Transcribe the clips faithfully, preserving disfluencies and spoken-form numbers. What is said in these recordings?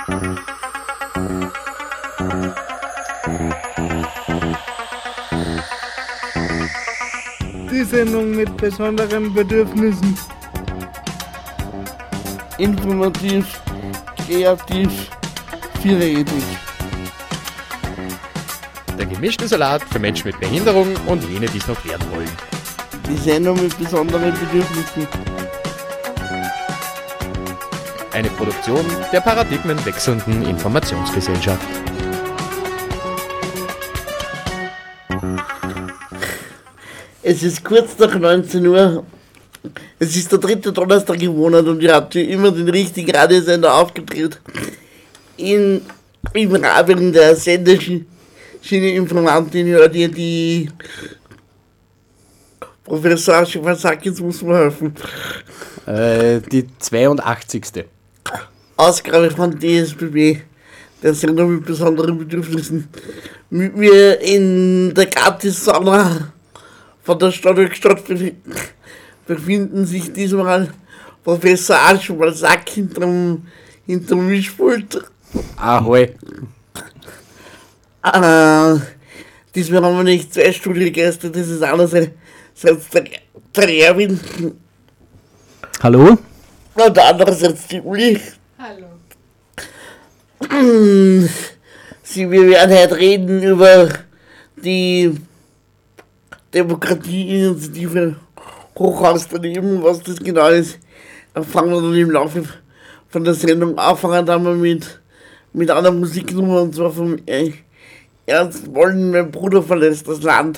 Die Sendung mit besonderen Bedürfnissen. Informativ, kreativ, vierrädrig. Der gemischte Salat für Menschen mit Behinderung und jene, die es noch werden wollen. Die Sendung mit besonderen Bedürfnissen. Eine Produktion der paradigmenwechselnden Informationsgesellschaft. Es ist kurz nach neunzehn Uhr. Es ist der dritte Donnerstag im Monat und ihr habt wie immer den richtigen Radiosender aufgedreht. In, Im Rahmen der Sendeschiene Informantin hört ihr die Professor Aschefan, sag, jetzt muss man helfen. Äh, die zweiundachtzigste Ausgabe von D S B B, der Sendung mit besonderen Bedürfnissen. Mit mir in der Gratis-Sauna von der Stadtwerkstatt befinden sich diesmal Professor Aschefan, sag, hinterm, hinterm Mischpult. Ahoi. Äh, diesmal haben wir nicht zwei Studiogäste, das ist einerseits der, der Erwin. Hallo? Und andererseits die Uli. Hallo. Sie, wir werden heute reden über die Demokratieinitiative Hochhaus daneben, was das genau ist. Da fangen wir dann im Laufe von der Sendung an, fangen dann mal mit, mit einer Musiknummer, und zwar vom äh, Ernst Wollen, mein Bruder verlässt das Land.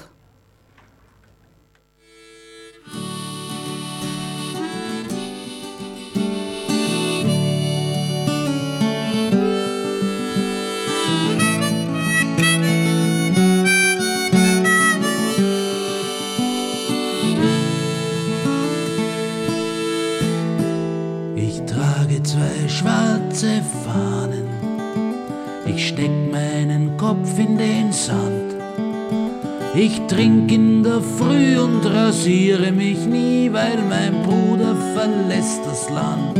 Zwei schwarze Fahnen, ich steck meinen Kopf in den Sand. Ich trink in der Früh und rasiere mich nie, weil mein Bruder verlässt das Land.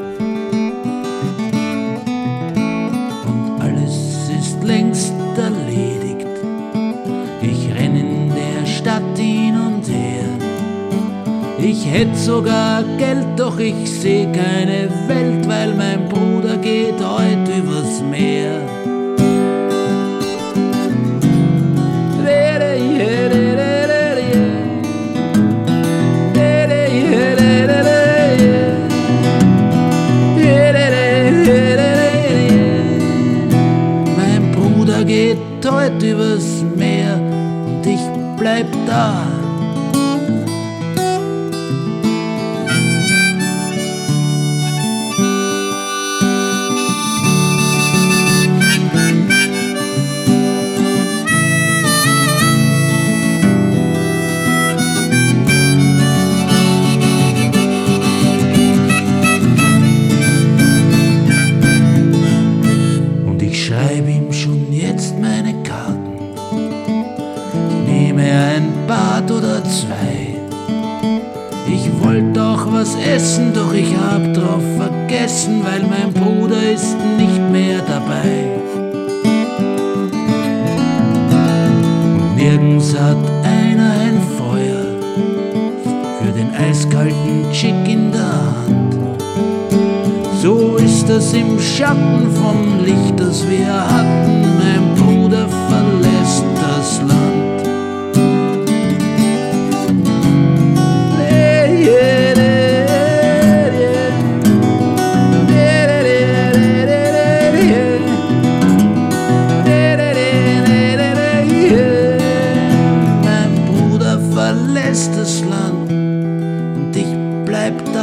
Und alles ist längst erledigt, ich renn in der Stadt hin und her. Ich hätt sogar Geld, doch ich seh keine Welt, weil mein Bruder geht heut übers Meer. Mein Bruder geht heut übers Meer und ich bleib da. Oder zwei. Ich wollt doch was essen, doch ich hab drauf vergessen, weil mein Bruder ist nicht mehr dabei. Und nirgends hat einer ein Feuer für den eiskalten Chick in der Hand. So ist es im Schatten vom Licht, das wir hatten. Mein Bruder verlässt das Land. Das Land und ich bleib da.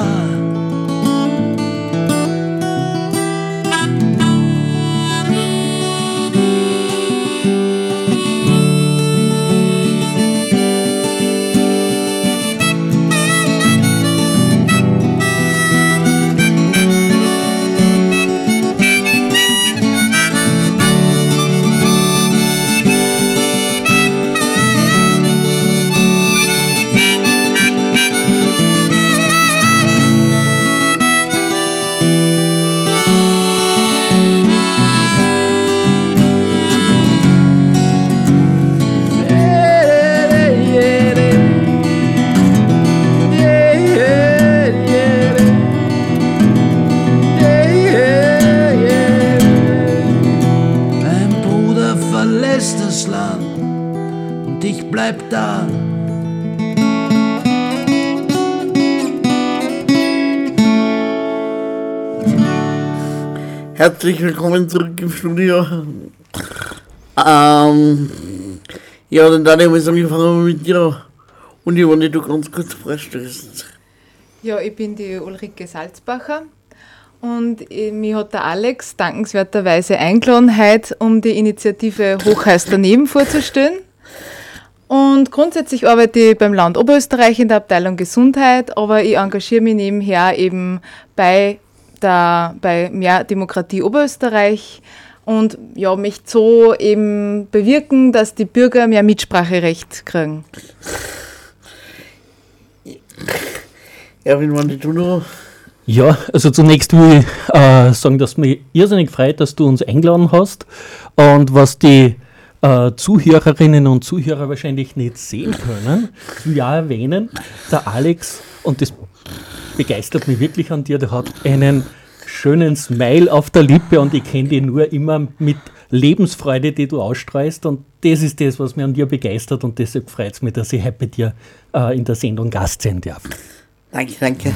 bleib da. Herzlich willkommen zurück im Studio. Ähm, ja, dann dann muss ich angefangen mit dir. Und ich wollte du ganz kurz vorstellst. Ja, ich bin die Ulrike Salzbacher und mich hat der Alex dankenswerterweise eingeladen heute, um die Initiative Hoch heißt daneben vorzustellen. Und grundsätzlich arbeite ich beim Land Oberösterreich in der Abteilung Gesundheit, aber ich engagiere mich nebenher eben bei Da bei Mehr Demokratie Oberösterreich und ja, möchte so eben bewirken, dass die Bürger mehr Mitspracherecht kriegen. Ja, wie waren die du noch? Ja, also zunächst will ich äh, sagen, dass mich irrsinnig freut, dass du uns eingeladen hast. Und was die äh, Zuhörerinnen und Zuhörer wahrscheinlich nicht sehen können, will ich auch erwähnen, der Alex, und das begeistert mich wirklich an dir, der hat einen schönen Smile auf der Lippe und ich kenne dich nur immer mit Lebensfreude, die du ausstrahlst, und das ist das, was mich an dir begeistert, und deshalb freut es mich, dass ich heute bei dir äh, in der Sendung Gast sein darf. Danke, danke.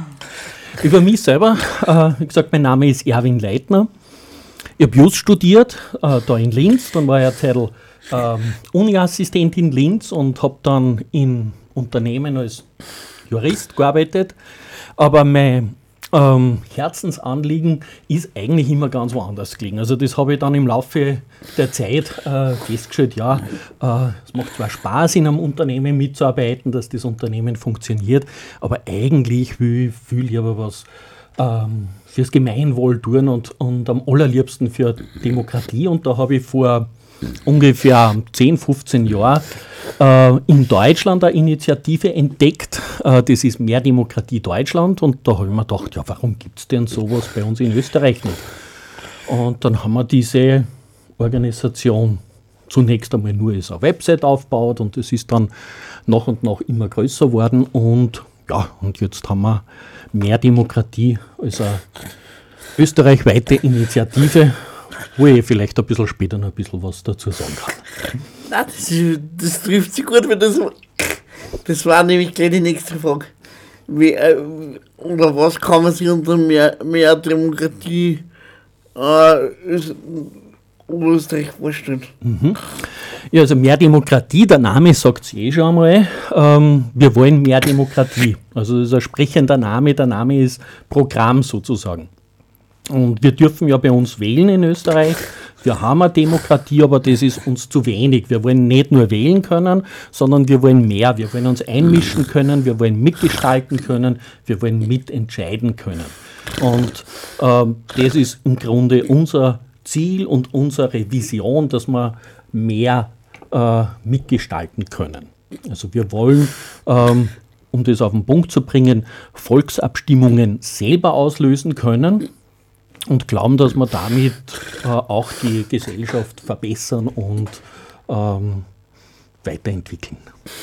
Über mich selber, äh, wie gesagt, mein Name ist Erwin Leitner. Ich habe Just studiert, äh, da in Linz, dann war ich eine Zeit ähm, Uni-Assistent in Linz und habe dann in Unternehmen als Jurist gearbeitet, aber mein ähm, Herzensanliegen ist eigentlich immer ganz woanders gelegen. Also das habe ich dann im Laufe der Zeit äh, festgestellt, ja, äh, es macht zwar Spaß, in einem Unternehmen mitzuarbeiten, dass das Unternehmen funktioniert, aber eigentlich will, will ich aber was ähm, fürs Gemeinwohl tun und, und am allerliebsten für Demokratie, und da habe ich vor ungefähr zehn, fünfzehn Jahren äh, in Deutschland eine Initiative entdeckt, äh, das ist Mehr Demokratie Deutschland, und da habe ich mir gedacht, ja, warum gibt es denn sowas bei uns in Österreich nicht? Und dann haben wir diese Organisation zunächst einmal nur als eine Website aufgebaut, und es ist dann nach und nach immer größer geworden, und ja, und jetzt haben wir Mehr Demokratie als eine österreichweite Initiative, wo ich vielleicht ein bisschen später noch ein bisschen was dazu sagen kann. Nein, das, ist, das trifft sich gut, weil das, das war nämlich gleich die nächste Frage. Wie, äh, oder was kann man sich unter mehr, mehr Demokratie äh, Oberösterreich vorstellen? Mhm. Ja, also Mehr Demokratie, der Name sagt es eh schon einmal. Ähm, wir wollen mehr Demokratie. Also das ist ein sprechender Name, der Name ist Programm sozusagen. Und wir dürfen ja bei uns wählen in Österreich. Wir haben eine Demokratie, aber das ist uns zu wenig. Wir wollen nicht nur wählen können, sondern wir wollen mehr. Wir wollen uns einmischen können, wir wollen mitgestalten können, wir wollen mitentscheiden können. Und ähm, das ist im Grunde unser Ziel und unsere Vision, dass wir mehr äh, mitgestalten können. Also wir wollen, ähm, um das auf den Punkt zu bringen, Volksabstimmungen selber auslösen können, und glauben, dass wir damit äh, auch die Gesellschaft verbessern und ähm, weiterentwickeln.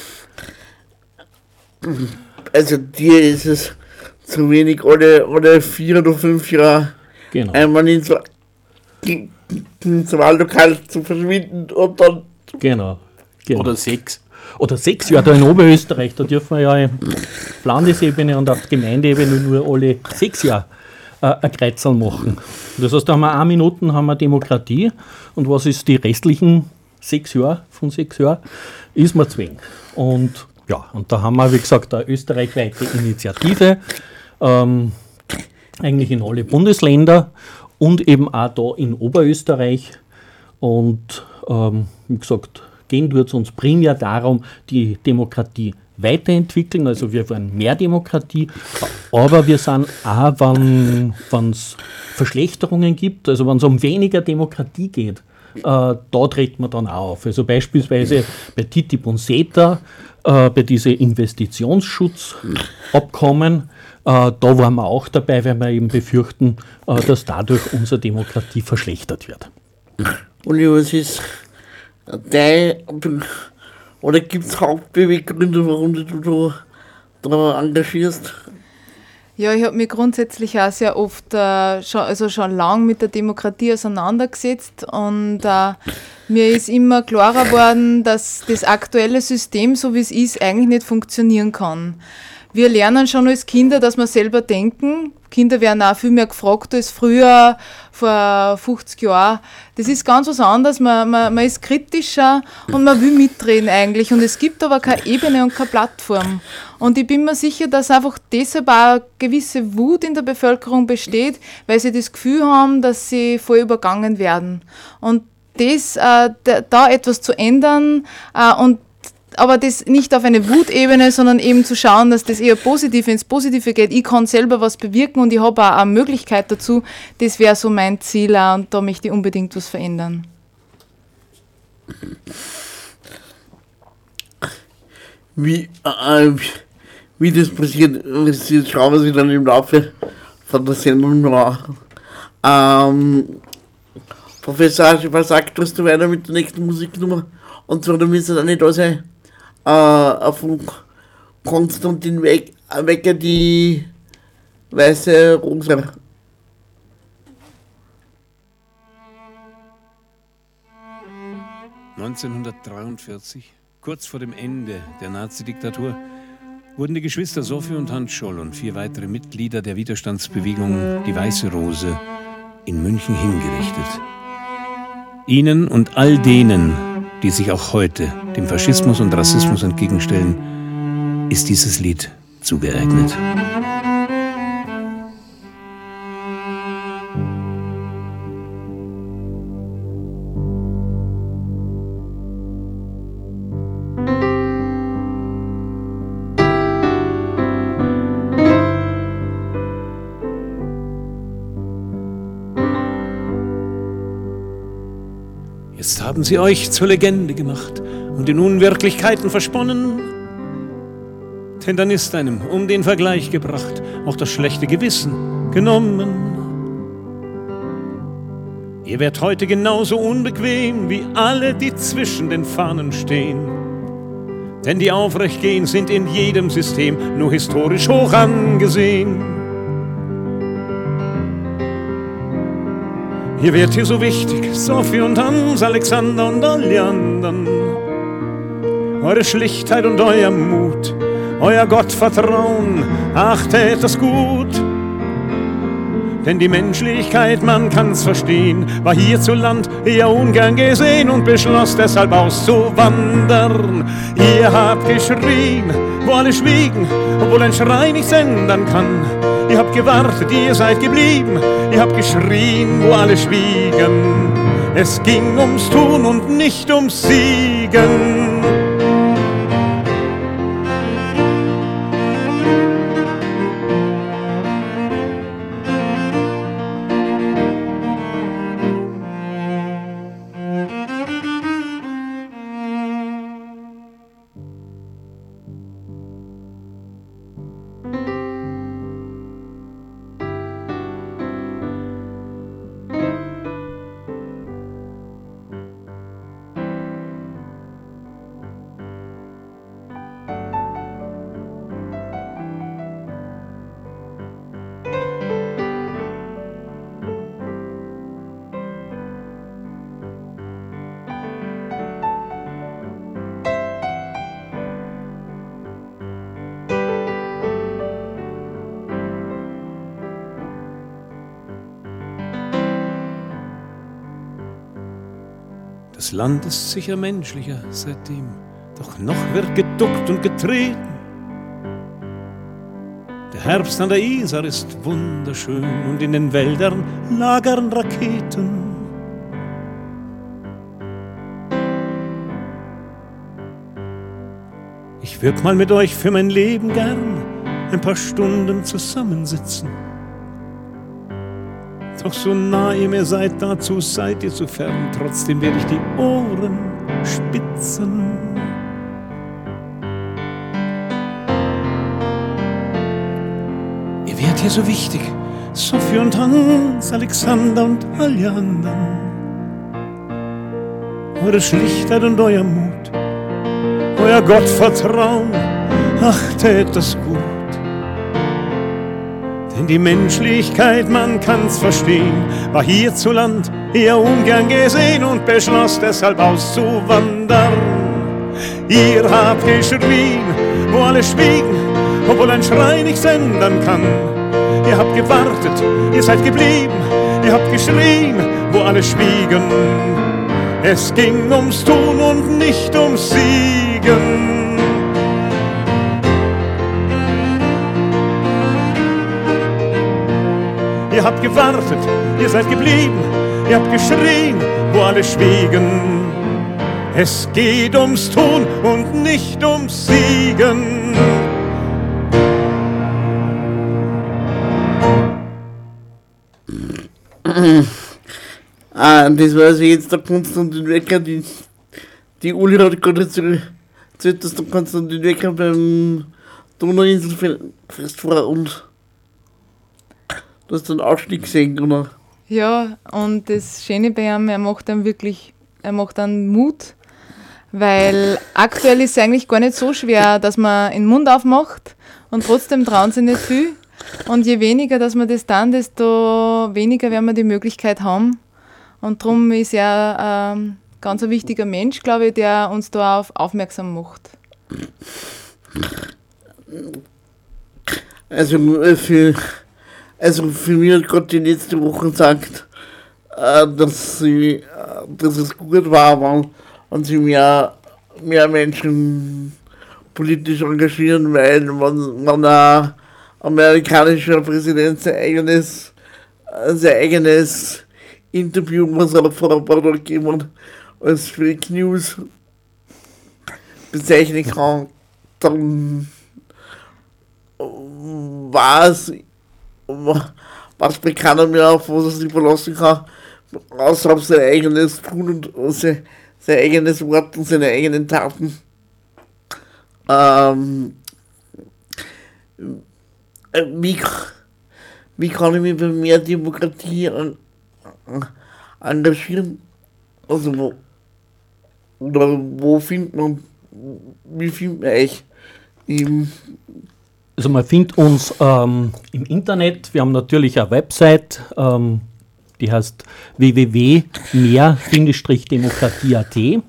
Also dir ist es zu wenig, alle, alle vier oder fünf Jahre Genau. einmal ins, ins Wahllokal zu verschwinden und dann... Genau. genau. Oder sechs. Oder sechs Jahre da in Oberösterreich, da dürfen wir ja auf Landesebene und auf Gemeindeebene nur alle sechs Jahre ein Kreuzerl machen. Das heißt, da haben wir eine Minute haben wir Demokratie, und was ist die restlichen sechs Jahre, von sechs Jahren, ist mir zwing. Und ja, und da haben wir, wie gesagt, eine österreichweite Initiative, ähm, eigentlich in alle Bundesländer und eben auch da in Oberösterreich. Und ähm, wie gesagt, gehen tut es uns primär darum, die Demokratie weiterentwickeln, also wir wollen mehr Demokratie, aber wir sind auch, wenn es Verschlechterungen gibt, also wenn es um weniger Demokratie geht, äh, da treten wir dann auch auf. Also beispielsweise bei T T I P und CETA, äh, bei diesen Investitionsschutzabkommen, äh, da waren wir auch dabei, weil wir eben befürchten, äh, dass dadurch unsere Demokratie verschlechtert wird. Und was ist dein... Oder gibt es Hauptbeweggründe, warum du da, da engagierst? Ja, ich habe mich grundsätzlich auch sehr oft, äh, schon, also schon lang mit der Demokratie auseinandergesetzt und äh, mir ist immer klarer geworden, dass das aktuelle System, so wie es ist, eigentlich nicht funktionieren kann. Wir lernen schon als Kinder, dass wir selber denken. Kinder werden auch viel mehr gefragt als früher, vor fünfzig Jahren. Das ist ganz was anderes. Man, man, man ist kritischer und man will mitreden eigentlich. Und es gibt aber keine Ebene und keine Plattform. Und ich bin mir sicher, dass einfach deshalb auch eine gewisse Wut in der Bevölkerung besteht, weil sie das Gefühl haben, dass sie voll übergangen werden. Und das, äh, da etwas zu ändern äh, und aber das nicht auf eine Wutebene, sondern eben zu schauen, dass das eher positiv ins Positive geht. Ich kann selber was bewirken und ich habe auch eine Möglichkeit dazu. Das wäre so mein Ziel auch, und da möchte ich unbedingt was verändern. Wie, äh, wie das passiert, das schauen wir sich dann im Laufe von der Sendung noch an. Ähm, Professor Aschenbach sagt, dass du weiter mit der nächsten Musiknummer und zwar, da müsste dann nicht da sein. Uh, von Konstantin Wecker, die weiße Rose. neunzehnhundertdreiundvierzig, kurz vor dem Ende der Nazi-Diktatur, wurden die Geschwister Sophie und Hans Scholl und vier weitere Mitglieder der Widerstandsbewegung Die Weiße Rose in München hingerichtet. Ihnen und all denen, die sich auch heute dem Faschismus und Rassismus entgegenstellen, ist dieses Lied zugeeignet. Jetzt haben sie euch zur Legende gemacht und in Unwirklichkeiten versponnen. Denn dann ist einem um den Vergleich gebracht auch das schlechte Gewissen genommen. Ihr werdet heute genauso unbequem wie alle, die zwischen den Fahnen stehen. Denn die aufrecht gehen, sind in jedem System nur historisch hoch angesehen. Ihr werdet hier so wichtig, Sophie und Hans, Alexander und all die anderen. Eure Schlichtheit und euer Mut, euer Gottvertrauen, ach, tät das gut. Denn die Menschlichkeit, man kann's verstehen, war hierzuland eher ungern gesehen und beschloss deshalb auszuwandern. Ihr habt geschrien, wo alle schwiegen, obwohl ein Schrei nichts ändern kann. Ihr habt gewartet, ihr seid geblieben, ihr habt geschrien, wo alle schwiegen. Es ging ums Tun und nicht ums Siegen. Das Land ist sicher menschlicher seitdem, doch noch wird geduckt und getreten. Der Herbst an der Isar ist wunderschön und in den Wäldern lagern Raketen. Ich würd mal mit euch für mein Leben gern ein paar Stunden zusammensitzen. Doch so nah ihr mir seid, dazu seid ihr zu fern. Trotzdem werde ich die Ohren spitzen. Ihr werdet hier so wichtig, Sophie und Hans, Alexander und all die anderen. Eure Schlichtheit und euer Mut, euer Gottvertrauen, ach, tät das gut. Denn die Menschlichkeit, man kann's verstehen, war hierzuland eher ungern gesehen und beschloss deshalb auszuwandern. Ihr habt geschrien, wo alle schwiegen, obwohl ein Schrei nichts ändern kann. Ihr habt gewartet, ihr seid geblieben, ihr habt geschrien, wo alle schwiegen. Es ging ums Tun und nicht ums Siegen. Ihr habt gewartet, ihr seid geblieben, ihr habt geschrien, wo alle schwiegen. Es geht ums Tun und nicht ums Siegen. Ah, das war also jetzt der Konstantin Wecker, die, die Uli hat gerade erzählt, dass der Konstantin Wecker beim Donauinselfest war und du hast den Ausstieg gesehen, oder? Ja, und das Schöne bei ihm, er macht dann wirklich, er macht dann Mut, weil aktuell ist es eigentlich gar nicht so schwer, dass man den Mund aufmacht und trotzdem trauen sie nicht viel. Und je weniger, dass wir das tun, desto weniger werden wir die Möglichkeit haben. Und darum ist er ein ganz ein wichtiger Mensch, glaube ich, der uns darauf aufmerksam macht. Also für, also für mich hat Gott die letzte Woche gesagt, dass, sie, dass es gut war, weil und sich mehr, mehr Menschen politisch engagieren, weil man, man ein amerikanischer Präsident sein eigenes, sein eigenes Interview, was er vor ein paar Tagen gegeben hat, als Fake News bezeichnen kann, dann war es, was bei keiner mehr, auf was er sich verlassen kann, außer auf sein eigenes Tun und sein, sein eigenes Wort und seine eigenen Taten. Ähm, wie, wie kann ich mich bei mehr Demokratie an, engagieren? Also wo, oder wo findet man, wie findet man euch? Im Also man findet uns ähm, im Internet, wir haben natürlich eine Website, ähm, die heißt w w w punkt mehr Demokratie punkt a t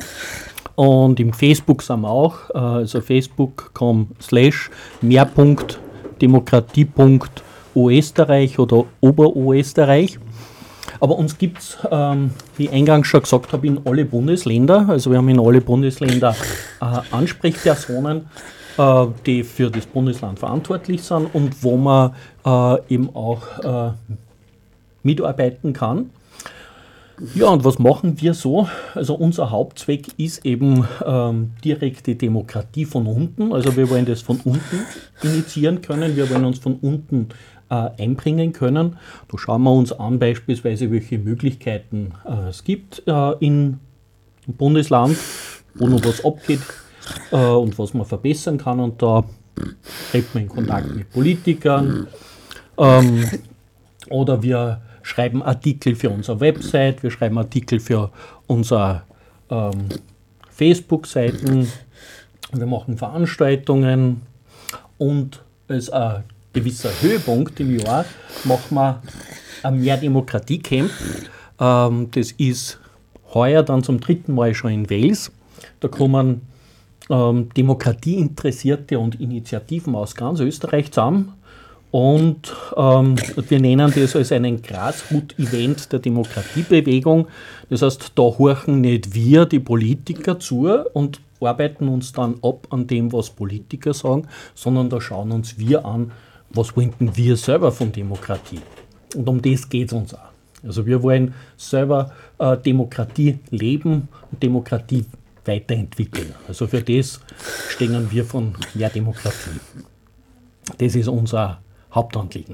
und im Facebook sind wir auch, äh, also facebook punkt com slash mehr Demokratie punkt Österreich oder Oberösterreich. Aber uns gibt es, ähm, wie ich eingangs schon gesagt habe, in alle Bundesländer. Also wir haben in alle Bundesländer äh, Ansprechpersonen, äh, die für das Bundesland verantwortlich sind und wo man äh, eben auch äh, mitarbeiten kann. Ja, und was machen wir so? Also unser Hauptzweck ist eben ähm, direkte Demokratie von unten. Also wir wollen das von unten initiieren können, wir wollen uns von unten äh, einbringen können. Da schauen wir uns an beispielsweise, welche Möglichkeiten äh, es gibt äh, in, im Bundesland, wo noch was abgeht äh, und was man verbessern kann. Und da treten wir in Kontakt mit Politikern ähm, oder wir schreiben Artikel für unsere Website, wir schreiben Artikel für unsere ähm, Facebook-Seiten, wir machen Veranstaltungen und als ein gewisser Höhepunkt im Jahr machen wir ein Mehr-Demokratie-Camp. Ähm, das ist heuer dann zum dritten Mal schon in Wels. Da kommen ähm, Demokratieinteressierte und Initiativen aus ganz Österreich zusammen. Und ähm, wir nennen das als einen Grassroot-Event der Demokratiebewegung. Das heißt, da horchen nicht wir, die Politiker, zu und arbeiten uns dann ab an dem, was Politiker sagen, sondern da schauen uns wir an, was wollen wir selber von Demokratie. Und um das geht es uns auch. Also wir wollen selber äh, Demokratie leben und Demokratie weiterentwickeln. Also für das stehen wir von mehr Demokratie. Das ist unser Hauptanliegen.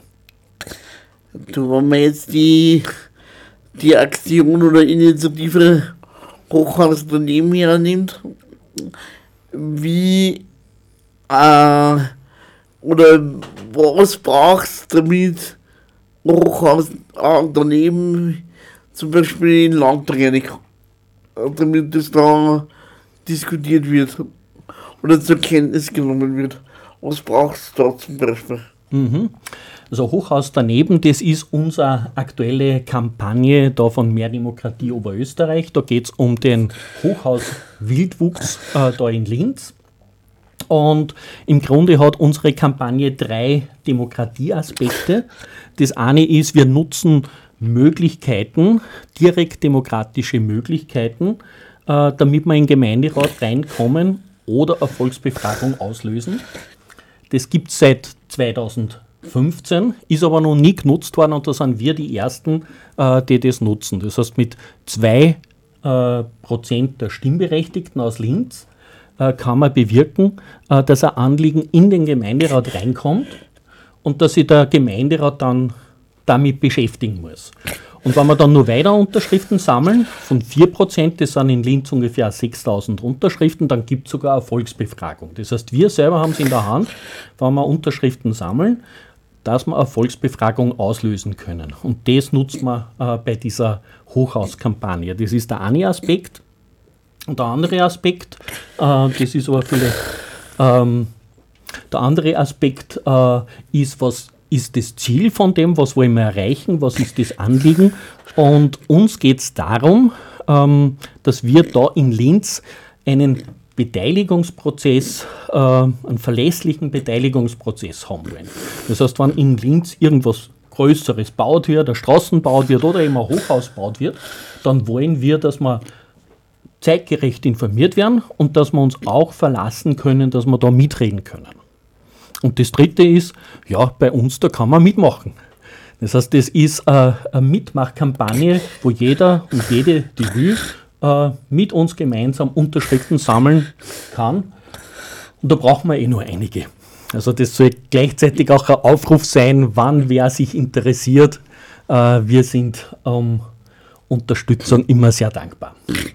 Du, wenn man jetzt die, die Aktion oder Initiative Hochhaus daneben hernimmt, wie äh, oder was brauchst du, damit Hochhaus äh, daneben zum Beispiel in Landtag, damit das da diskutiert wird oder zur Kenntnis genommen wird? Was brauchst du da zum Beispiel? Mhm. Also Hochhaus daneben, das ist unsere aktuelle Kampagne da von Mehr Demokratie Oberösterreich. Da geht es um den Hochhaus-Wildwuchs äh, da in Linz. Und im Grunde hat unsere Kampagne drei Demokratieaspekte. Das eine ist, wir nutzen Möglichkeiten, direkt demokratische Möglichkeiten, äh, damit wir in den Gemeinderat reinkommen oder eine Volksbefragung auslösen. Das gibt es seit zweitausendfünfzehn, ist aber noch nie genutzt worden und da sind wir die Ersten, äh, die das nutzen. Das heißt, mit zwei äh, Prozent der Stimmberechtigten aus Linz äh, kann man bewirken, äh, dass ein Anliegen in den Gemeinderat reinkommt und dass sich der Gemeinderat dann damit beschäftigen muss. Und wenn wir dann nur weiter Unterschriften sammeln, von vier Prozent, das sind in Linz ungefähr sechstausend Unterschriften, dann gibt es sogar eine Volksbefragung. Das heißt, wir selber haben es in der Hand, wenn wir Unterschriften sammeln, dass wir eine Volksbefragung auslösen können. Und das nutzt man äh, bei dieser Hochhauskampagne. Das ist der eine Aspekt. Und der andere Aspekt, äh, das ist aber vielleicht, ähm, der andere Aspekt äh, ist, was ist das Ziel von dem, was wollen wir erreichen, was ist das Anliegen. Und uns geht es darum, ähm, dass wir da in Linz einen Beteiligungsprozess, äh, einen verlässlichen Beteiligungsprozess haben wollen. Das heißt, wenn in Linz irgendwas Größeres baut wird, eine Straßen baut wird oder eben ein Hochhaus baut wird, dann wollen wir, dass wir zeitgerecht informiert werden und dass wir uns auch verlassen können, dass wir da mitreden können. Und das Dritte ist, ja, bei uns, da kann man mitmachen. Das heißt, das ist äh, eine Mitmachkampagne, wo jeder und jede, die will, äh, mit uns gemeinsam Unterschriften sammeln kann. Und da brauchen wir eh nur einige. Also das soll gleichzeitig auch ein Aufruf sein, wann wer sich interessiert. Äh, wir sind um Unterstützung immer sehr dankbar.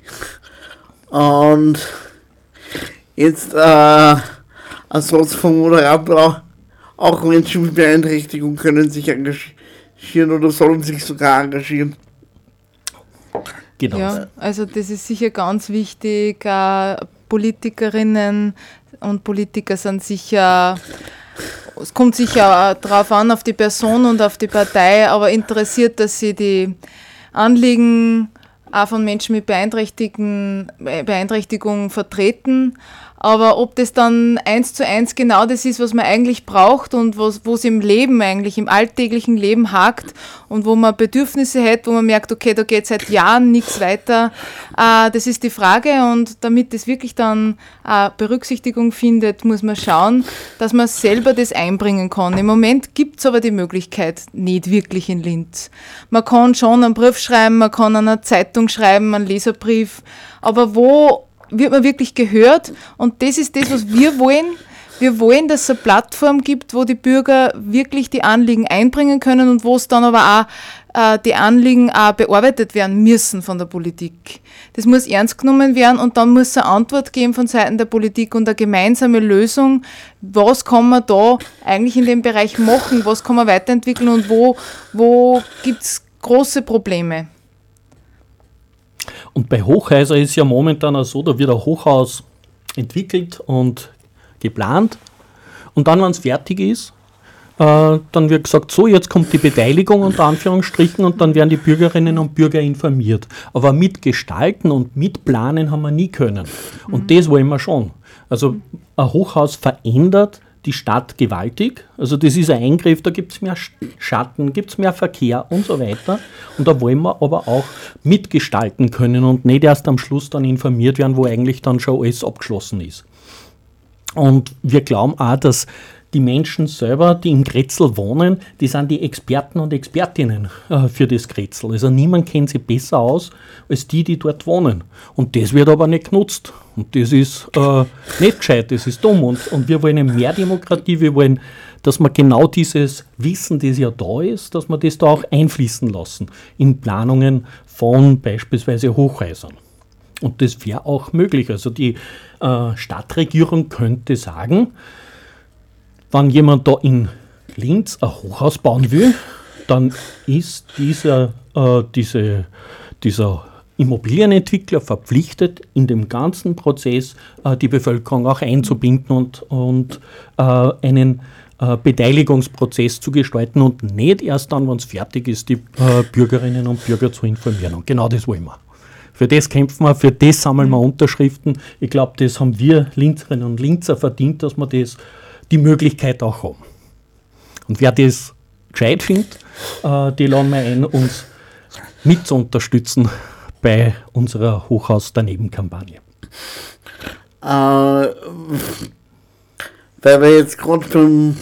Und jetzt äh, ein Satz vom Moderator, auch Menschen mit Beeinträchtigung können sich engagieren oder sollen sich sogar engagieren. Genau. Ja, also das ist sicher ganz wichtig. Äh, Politikerinnen und Politiker sind sicher, es kommt sicher darauf an, auf die Person und auf die Partei, aber interessiert, dass sie die Anliegen auch von Menschen mit Beeinträchtigung, Beeinträchtigung vertreten. Aber ob das dann eins zu eins genau das ist, was man eigentlich braucht und wo es im Leben eigentlich, im alltäglichen Leben hakt und wo man Bedürfnisse hat, wo man merkt, okay, da geht seit Jahren nichts weiter, äh, das ist die Frage. Und damit das wirklich dann äh, Berücksichtigung findet, muss man schauen, dass man selber das einbringen kann. Im Moment gibt es aber die Möglichkeit nicht wirklich in Linz. Man kann schon einen Brief schreiben, man kann an eine Zeitung schreiben, einen Leserbrief, aber wo wird man wirklich gehört? Und das ist das, was wir wollen. Wir wollen, dass es eine Plattform gibt, wo die Bürger wirklich die Anliegen einbringen können und wo es dann aber auch äh, die Anliegen auch bearbeitet werden müssen von der Politik. Das muss ernst genommen werden und dann muss es eine Antwort geben von Seiten der Politik und eine gemeinsame Lösung. Was kann man da eigentlich in dem Bereich machen? Was kann man weiterentwickeln und wo, wo gibt es große Probleme? Und bei Hochhäusern ist ja momentan auch so, da wird ein Hochhaus entwickelt und geplant. Und dann, wenn es fertig ist, äh, dann wird gesagt, so, jetzt kommt die Beteiligung unter Anführungsstrichen und dann werden die Bürgerinnen und Bürger informiert. Aber mitgestalten und mitplanen haben wir nie können. Und mhm. das wollen wir schon. Also ein Hochhaus verändert die Stadt gewaltig. Also das ist ein Eingriff, da gibt es mehr Schatten, gibt es mehr Verkehr und so weiter. Und da wollen wir aber auch mitgestalten können und nicht erst am Schluss dann informiert werden, wo eigentlich dann schon alles abgeschlossen ist. Und wir glauben auch, dass die Menschen selber, die im Grätzl wohnen, die sind die Experten und Expertinnen äh, für das Grätzl. Also niemand kennt sich besser aus als die, die dort wohnen. Und das wird aber nicht genutzt. Und das ist äh, nicht gescheit, das ist dumm. Und, und wir wollen mehr Demokratie, wir wollen, dass man genau dieses Wissen, das ja da ist, dass man das da auch einfließen lassen in Planungen von beispielsweise Hochhäusern. Und das wäre auch möglich. Also die äh, Stadtregierung könnte sagen, wenn jemand da in Linz ein Hochhaus bauen will, dann ist dieser, äh, diese, dieser Immobilienentwickler verpflichtet, in dem ganzen Prozess äh, die Bevölkerung auch einzubinden und, und äh, einen äh, Beteiligungsprozess zu gestalten und nicht erst dann, wenn es fertig ist, die äh, Bürgerinnen und Bürger zu informieren. Und genau das wollen wir. Für das kämpfen wir, für das sammeln wir Unterschriften. Ich glaube, das haben wir Linzerinnen und Linzer verdient, dass wir das, die Möglichkeit auch haben. Und wer das gescheit findet, äh, die laden wir ein, uns mit zu unterstützen bei unserer Hochhaus-Daneben-Kampagne. Äh, weil wir jetzt gerade beim,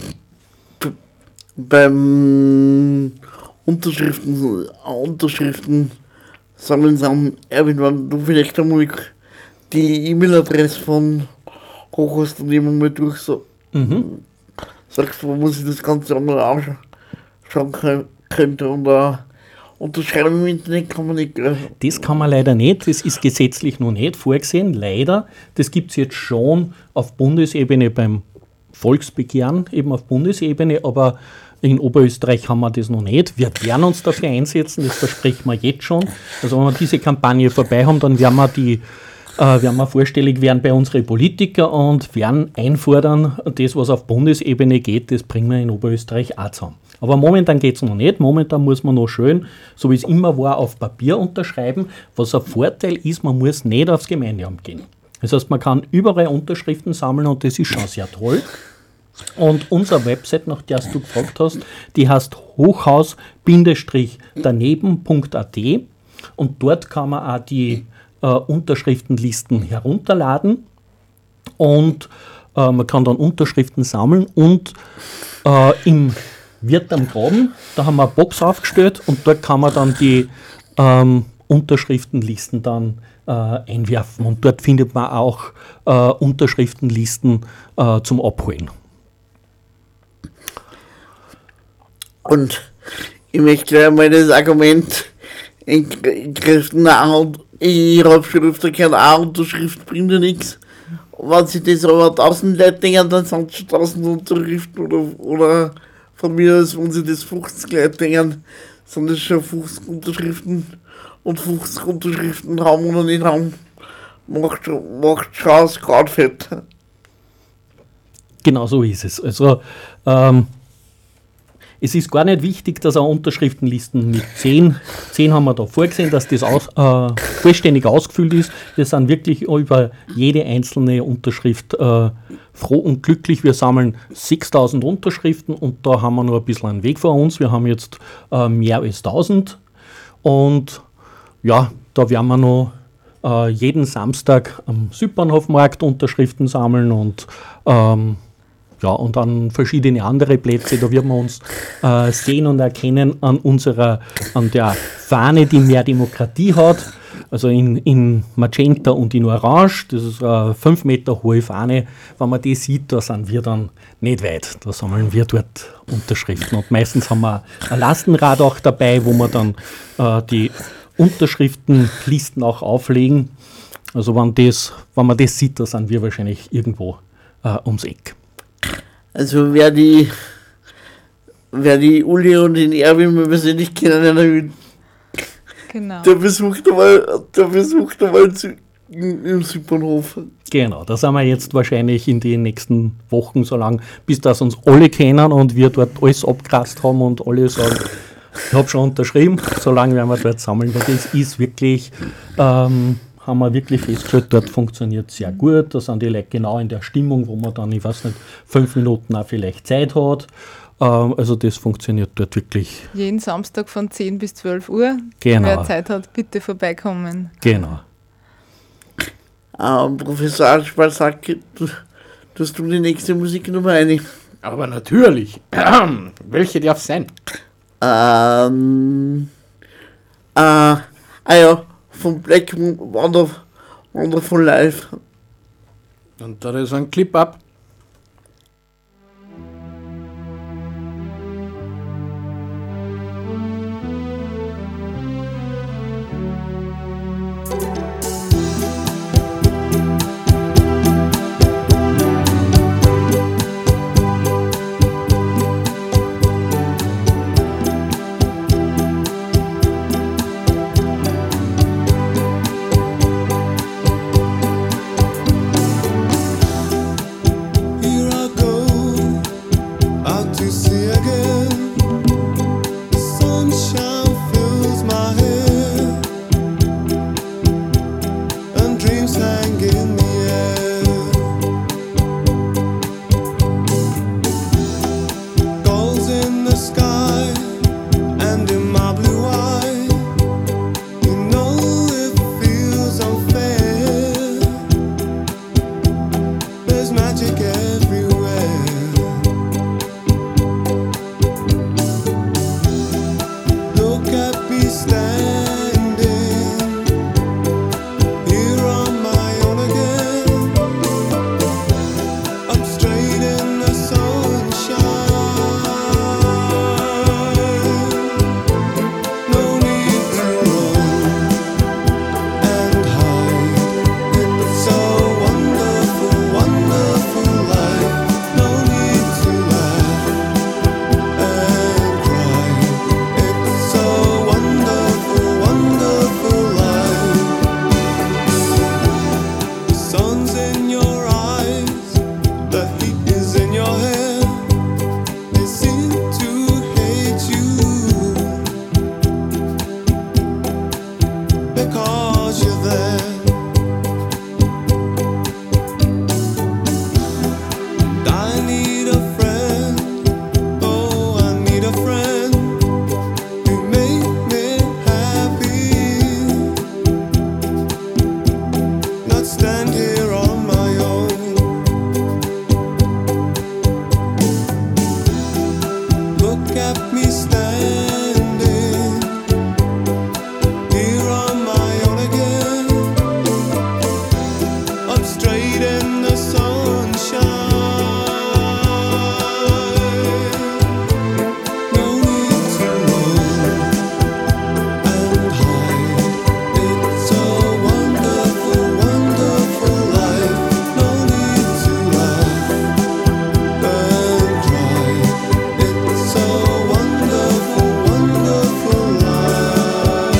beim Unterschriften, Unterschriften sammeln sind, Erwin, wenn du vielleicht einmal die E-Mail-Adresse von Hochhaus-Daneben mal durch so, mhm. sagst, wo muss ich das Ganze andere anschauen könnte und uh, unterschreiben im Internet kann man nicht. Gell? Das kann man leider nicht, das ist gesetzlich noch nicht vorgesehen, leider. Das gibt es jetzt schon auf Bundesebene beim Volksbegehren, eben auf Bundesebene, aber in Oberösterreich haben wir das noch nicht. Wir werden uns dafür einsetzen, das versprechen wir jetzt schon. Also wenn wir diese Kampagne vorbei haben, dann werden wir die äh, werden wir vorstellig werden bei unseren Politikern und werden einfordern, das, was auf Bundesebene geht, das bringen wir in Oberösterreich auch zusammen. Aber momentan geht es noch nicht. Momentan muss man noch schön, so wie es immer war, auf Papier unterschreiben. Was ein Vorteil ist, man muss nicht aufs Gemeindeamt gehen. Das heißt, man kann überall Unterschriften sammeln und das ist schon sehr toll. Und unsere Website, nach der du gefragt hast, die heißt hochhaus daneben punkt a t und dort kann man auch die äh, Unterschriftenlisten herunterladen und äh, man kann dann Unterschriften sammeln und äh, im Wirt am Graben, da haben wir eine Box aufgestellt und dort kann man dann die ähm, Unterschriftenlisten dann äh, einwerfen und dort findet man auch äh, Unterschriftenlisten äh, zum Abholen. Und ich möchte gleich mal das Argument entkräften, ich habe schon öfter gehört, eine Unterschrift bringt ja nichts. Wenn sich das aber tausend Leute denken, dann sind es schon tausend Unterschriften oder, oder von mir aus, wenn sie das fünfzig Leute denken, sind das schon fünfzig Unterschriften und fünfzig Unterschriften haben oder nicht haben, macht, macht schon das Kraut fett. Genau so ist es. Also ähm, es ist gar nicht wichtig, dass eine Unterschriftenlisten mit zehn, zehn haben wir da vorgesehen, dass das aus, äh, vollständig ausgefüllt ist. Wir sind wirklich über jede einzelne Unterschrift äh, froh und glücklich. Wir sammeln sechstausend Unterschriften und da haben wir noch ein bisschen einen Weg vor uns. Wir haben jetzt äh, mehr als tausend und ja, da werden wir noch äh, jeden Samstag am Südbahnhofmarkt Unterschriften sammeln und ähm, ja, und an verschiedene andere Plätze, da wird man uns äh, sehen und erkennen an unserer, an der Fahne, die mehr Demokratie hat, also in, in Magenta und in Orange, das ist eine fünf Meter hohe Fahne. Wenn man die sieht, da sind wir dann nicht weit, da sammeln wir dort Unterschriften und meistens haben wir ein Lastenrad auch dabei, wo wir dann äh, die Unterschriftenlisten auch auflegen. Also wenn, das, wenn man das sieht, da sind wir wahrscheinlich irgendwo äh, ums Eck. Also wer die, wer die Uli und den Erwin mal persönlich kennenlernen will, genau. der besucht einmal, der besucht einmal zu, im Südbahnhof. Genau, da sind wir jetzt wahrscheinlich in den nächsten Wochen so lang, bis das uns alle kennen und wir dort alles abgekratzt haben und alle sagen, ich habe schon unterschrieben, so lange werden wir dort sammeln, weil das ist wirklich... Ähm, haben wir wirklich festgestellt, dort funktioniert sehr gut. Da sind die Leute genau in der Stimmung, wo man dann, ich weiß nicht, fünf Minuten auch vielleicht Zeit hat. Ähm, also das funktioniert dort wirklich. Jeden Samstag von zehn bis zwölf Uhr. Genau. Wer Zeit hat, bitte vorbeikommen. Genau. Ähm, Professor Aschball sagt, dass du die nächste Musiknummer eine. Aber natürlich. Welche darf sein? Ähm. Äh, ah ja. Von Black Wonder, Wonderful Life. Und da ist ein Clip ab. I because you're there. And I need a friend, oh, I need a friend who make me happy, not stand here on my own. Look at me standing here on my own again. I'm straight in the sunshine. No need to run and hide. It's a wonderful, wonderful life. No need to laugh and cry. It's a wonderful, wonderful life.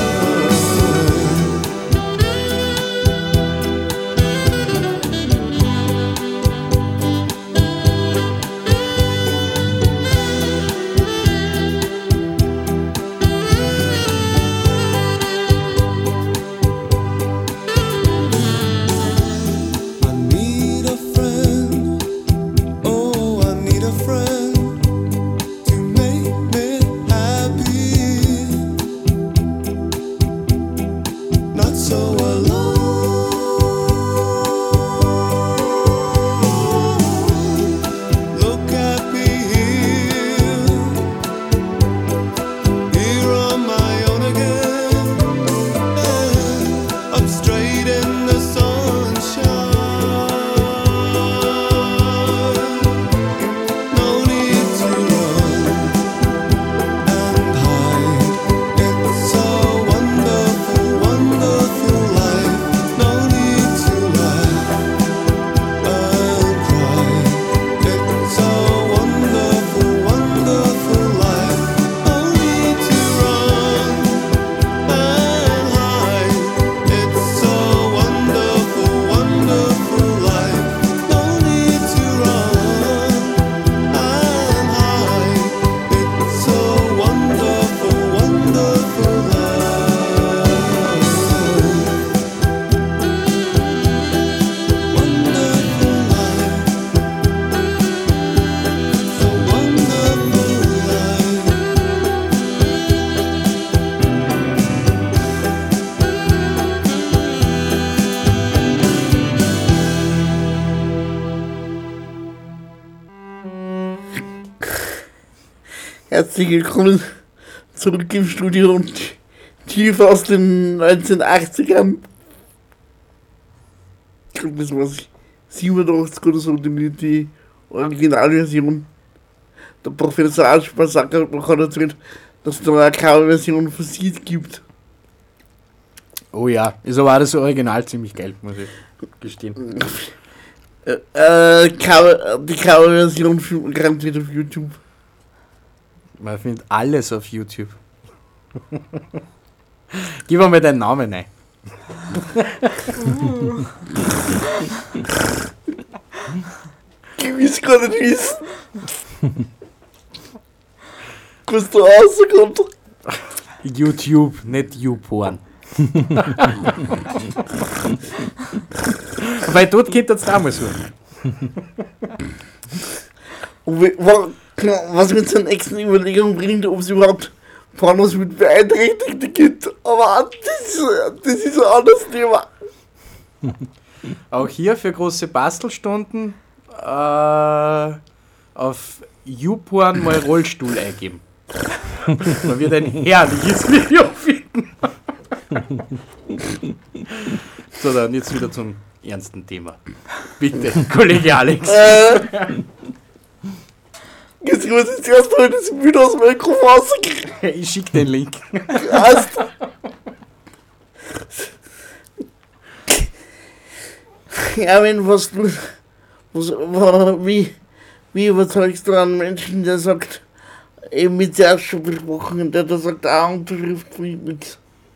I need a friend, oh, I need a friend to make me happy, not so alone. Look at me here, here on my own again. I'm straight in the sunshine. No need to run and hide. It's a wonderful, wonderful life. No need to laugh and cry. It's a wonderful, wonderful life. No need to run and hide. It's a wonderful, wonderful life. No need to run and hide. It's a wonderful, wonderful life. Wonderful life. It's a wonderful life. Herzlich willkommen zurück im Studio und tief aus den neunzehnhundertachtzigern. Ich glaube, das war siebenundachtzig oder so, die, die Originalversion. Der Professor Aschbasacker hat erzählt, dass es da eine Coverversion von Seed gibt. Oh ja, ist aber auch das Original ziemlich geil, muss ich gestehen. Äh, äh, Cover, die Coverversion findet man garantiert auf YouTube. Man findet alles auf YouTube. Gib mir deinen Namen ein. Ich will es gar nicht wissen. Was da rauskommt. YouTube, nicht YouPorn. Weil dort geht das damals so. Und we- wa- was mit seinen nächsten Überlegungen bringt, ob es überhaupt Pornos mit Beeinträchtigten gibt. Aber das, das ist ein anderes Thema. Auch hier für große Bastelstunden äh, auf YouPorn mal Rollstuhl eingeben. Man wird ein herrliches Video finden. So, dann jetzt wieder zum ernsten Thema. Bitte, Kollege Alex. Äh, jetzt muss ich zuerst mal das Video aus dem Mikrofon rauskriegen. Ich schick den Link. Hast. Ja, wenn was du. Was, wa- wie, wie überzeugst du einen Menschen, der sagt, eben mit der schon besprochen, der da sagt, ah, Unterschrift bringt nichts.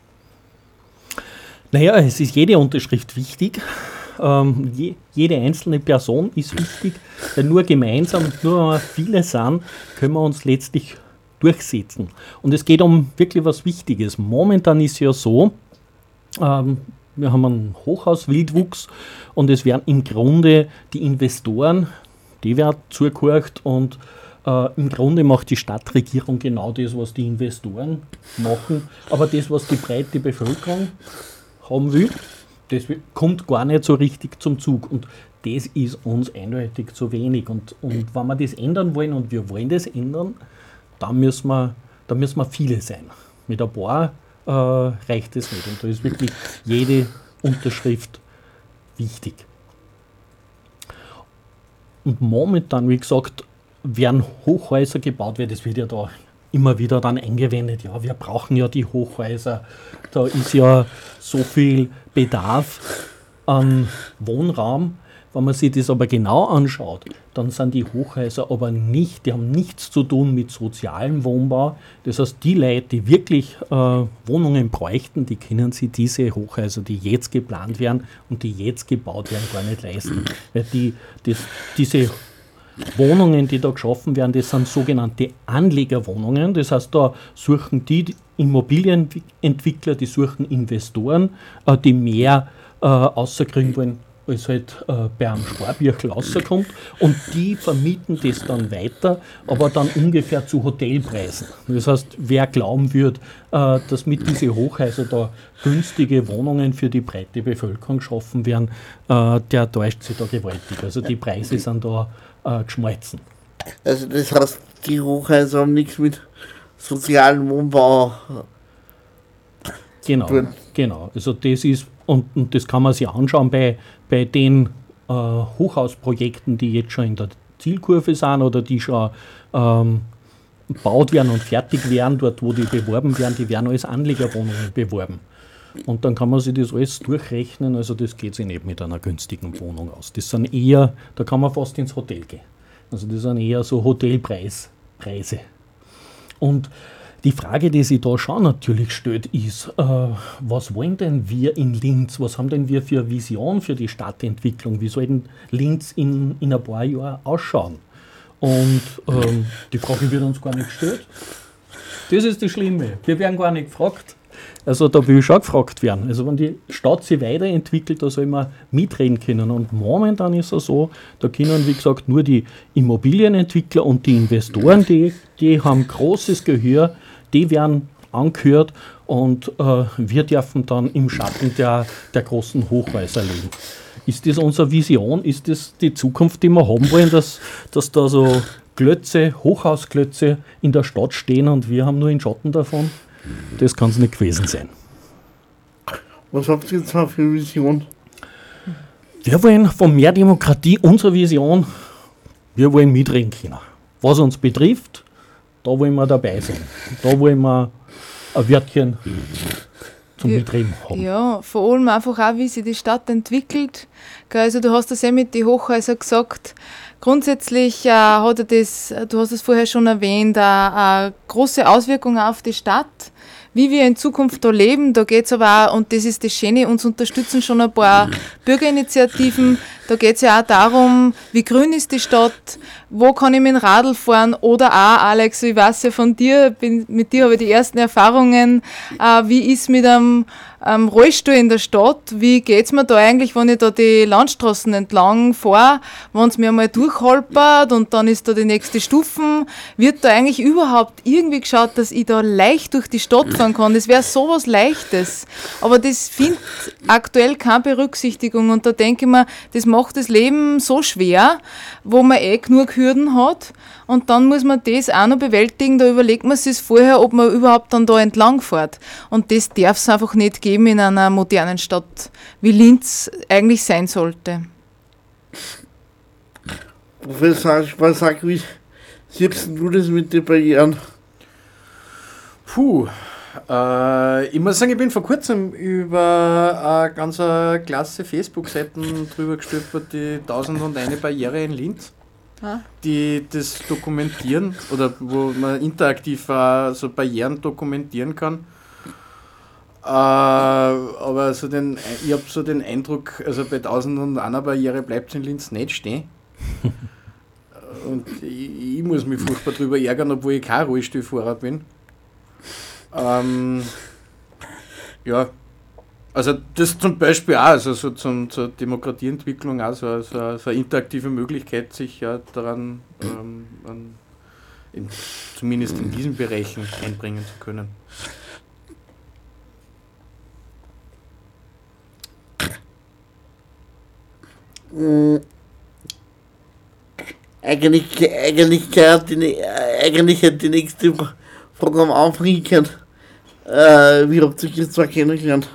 Naja, es ist jede Unterschrift wichtig. Ähm, je, jede einzelne Person ist wichtig, denn nur gemeinsam, nur wenn wir viele sind, können wir uns letztlich durchsetzen. Und es geht um wirklich was Wichtiges. Momentan ist ja so, Ähm, wir haben einen Hochhauswildwuchs und es werden im Grunde die Investoren, die werden zugehört und äh, im Grunde macht die Stadtregierung genau das, was die Investoren machen, aber das, was die breite Bevölkerung haben will, das kommt gar nicht so richtig zum Zug und das ist uns eindeutig zu wenig und, und wenn wir das ändern wollen und wir wollen das ändern, dann müssen wir, dann müssen wir viele sein. Mit ein paar äh, reicht es nicht und da ist wirklich jede Unterschrift wichtig. Und momentan, wie gesagt, werden Hochhäuser gebaut, weil das wird ja da immer wieder dann eingewendet, ja, wir brauchen ja die Hochhäuser, da ist ja so viel Bedarf an Wohnraum. Wenn man sich das aber genau anschaut, dann sind die Hochhäuser aber nicht, die haben nichts zu tun mit sozialem Wohnbau. Das heißt, die Leute, die wirklich äh, Wohnungen bräuchten, die können sich diese Hochhäuser, die jetzt geplant werden und die jetzt gebaut werden, gar nicht leisten. Weil die, das, diese Wohnungen, die da geschaffen werden, das sind sogenannte Anlegerwohnungen. Das heißt, da suchen die Immobilienentwickler, die suchen Investoren, äh, die mehr äh, rauskriegen wollen, als halt äh, bei einem Sparbüchel rauskommt und die vermieten das dann weiter, aber dann ungefähr zu Hotelpreisen. Das heißt, wer glauben würde, äh, dass mit diesen Hochhäusern da günstige Wohnungen für die breite Bevölkerung geschaffen werden, äh, der täuscht sich da gewaltig. Also die Preise sind da äh, geschmolzen. Also das heißt, die Hochhäuser haben nichts mit sozialem Wohnbau. Genau, genau. Also das ist, und, und das kann man sich anschauen bei, bei den äh, Hochhausprojekten, die jetzt schon in der Zielkurve sind oder die schon ähm, gebaut werden und fertig werden, dort wo die beworben werden, die werden als Anlegerwohnungen beworben. Und dann kann man sich das alles durchrechnen, also das geht sich nicht mit einer günstigen Wohnung aus. Das sind eher, da kann man fast ins Hotel gehen. Also das sind eher so Hotelpreise. Und die Frage, die sich da schon natürlich stellt, ist, äh, was wollen denn wir in Linz? Was haben denn wir für eine Vision für die Stadtentwicklung? Wie soll denn Linz in, in ein paar Jahren ausschauen? Und ähm, die Frage wird uns gar nicht gestellt. Das ist das Schlimme. Wir werden gar nicht gefragt. Also da will schon gefragt werden. Also wenn die Stadt sich weiterentwickelt, da soll man mitreden können. Und momentan ist es so, da können, wie gesagt, nur die Immobilienentwickler und die Investoren, die, die haben großes Gehör, die werden angehört und äh, wir dürfen dann im Schatten der, der großen Hochhäuser leben. Ist das unsere Vision? Ist das die Zukunft, die wir haben wollen, dass, dass da so Klötze, Hochhausklötze in der Stadt stehen und wir haben nur den Schatten davon? Das kann es nicht gewesen sein. Was habt ihr jetzt für eine Vision? Wir wollen von mehr Demokratie, unsere Vision, wir wollen mitreden können. Was uns betrifft, da wollen wir dabei sein. Da wollen wir ein Wörtchen zum Ja, Mitreden haben. Ja, vor allem einfach auch, wie sich die Stadt entwickelt. Gell, also du hast das ja mit den Hochhäusern gesagt. Grundsätzlich äh, hat er das, du hast es vorher schon erwähnt, äh, eine große Auswirkung auf die Stadt. Wie wir in Zukunft da leben, da geht es aber auch, und das ist das Schöne, uns unterstützen schon ein paar Bürgerinitiativen. Da geht es ja auch darum, wie grün ist die Stadt, wo kann ich mit dem Radl fahren oder auch, Alex, ich weiß ja von dir, bin, mit dir habe ich die ersten Erfahrungen, äh, wie ist mit einem ähm, Rollstuhl in der Stadt, wie geht es mir da eigentlich, wenn ich da die Landstraßen entlang fahre, wenn es mir einmal durchholpert und dann ist da die nächste Stufen, wird da eigentlich überhaupt irgendwie geschaut, dass ich da leicht durch die Stadt fahren kann, das wäre sowas Leichtes, aber das findet aktuell keine Berücksichtigung und da denke ich mir, das macht das Leben so schwer, wo man eh genug Hürden hat und dann muss man das auch noch bewältigen, da überlegt man sich vorher, ob man überhaupt dann da entlang fährt und das darf es einfach nicht geben in einer modernen Stadt, wie Linz eigentlich sein sollte. Professor Spasak, wie siehst du das mit den Barrieren? Puh, äh, ich muss sagen, ich bin vor kurzem über eine ganz eine klasse Facebook-Seiten drüber gestolpert, die tausend und eine Barriere in Linz, Ah. die das dokumentieren oder wo man interaktiv auch so Barrieren dokumentieren kann. Äh, aber so den, ich habe so den Eindruck, also bei tausend und einer Barriere bleibt es in Linz nicht stehen. Und ich, ich muss mich furchtbar drüber ärgern, obwohl ich kein Rollstuhlfahrer bin. Ähm, ja, Also das zum Beispiel auch, also so zum, zur Demokratieentwicklung auch so, so, so eine interaktive Möglichkeit, sich ja daran ähm, an, in, zumindest in diesen Bereichen einbringen zu können. Eigentlich, eigentlich, die, eigentlich hätte die nächste Frage am Anfang können. Äh, wie habt ihr euch jetzt zwar kennengelernt?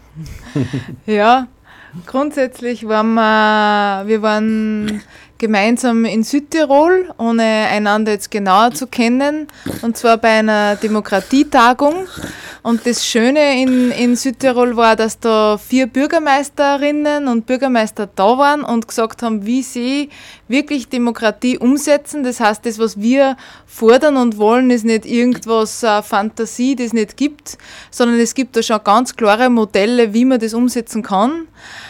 Ja, grundsätzlich waren wir, wir waren gemeinsam in Südtirol, ohne einander jetzt genauer zu kennen, und zwar bei einer Demokratietagung. Und das Schöne in, in Südtirol war, dass da vier Bürgermeisterinnen und Bürgermeister da waren und gesagt haben, wie sie wirklich Demokratie umsetzen. Das heißt, das, was wir fordern und wollen, ist nicht irgendwas äh, Fantasie, das es nicht gibt, sondern es gibt da schon ganz klare Modelle, wie man das umsetzen kann.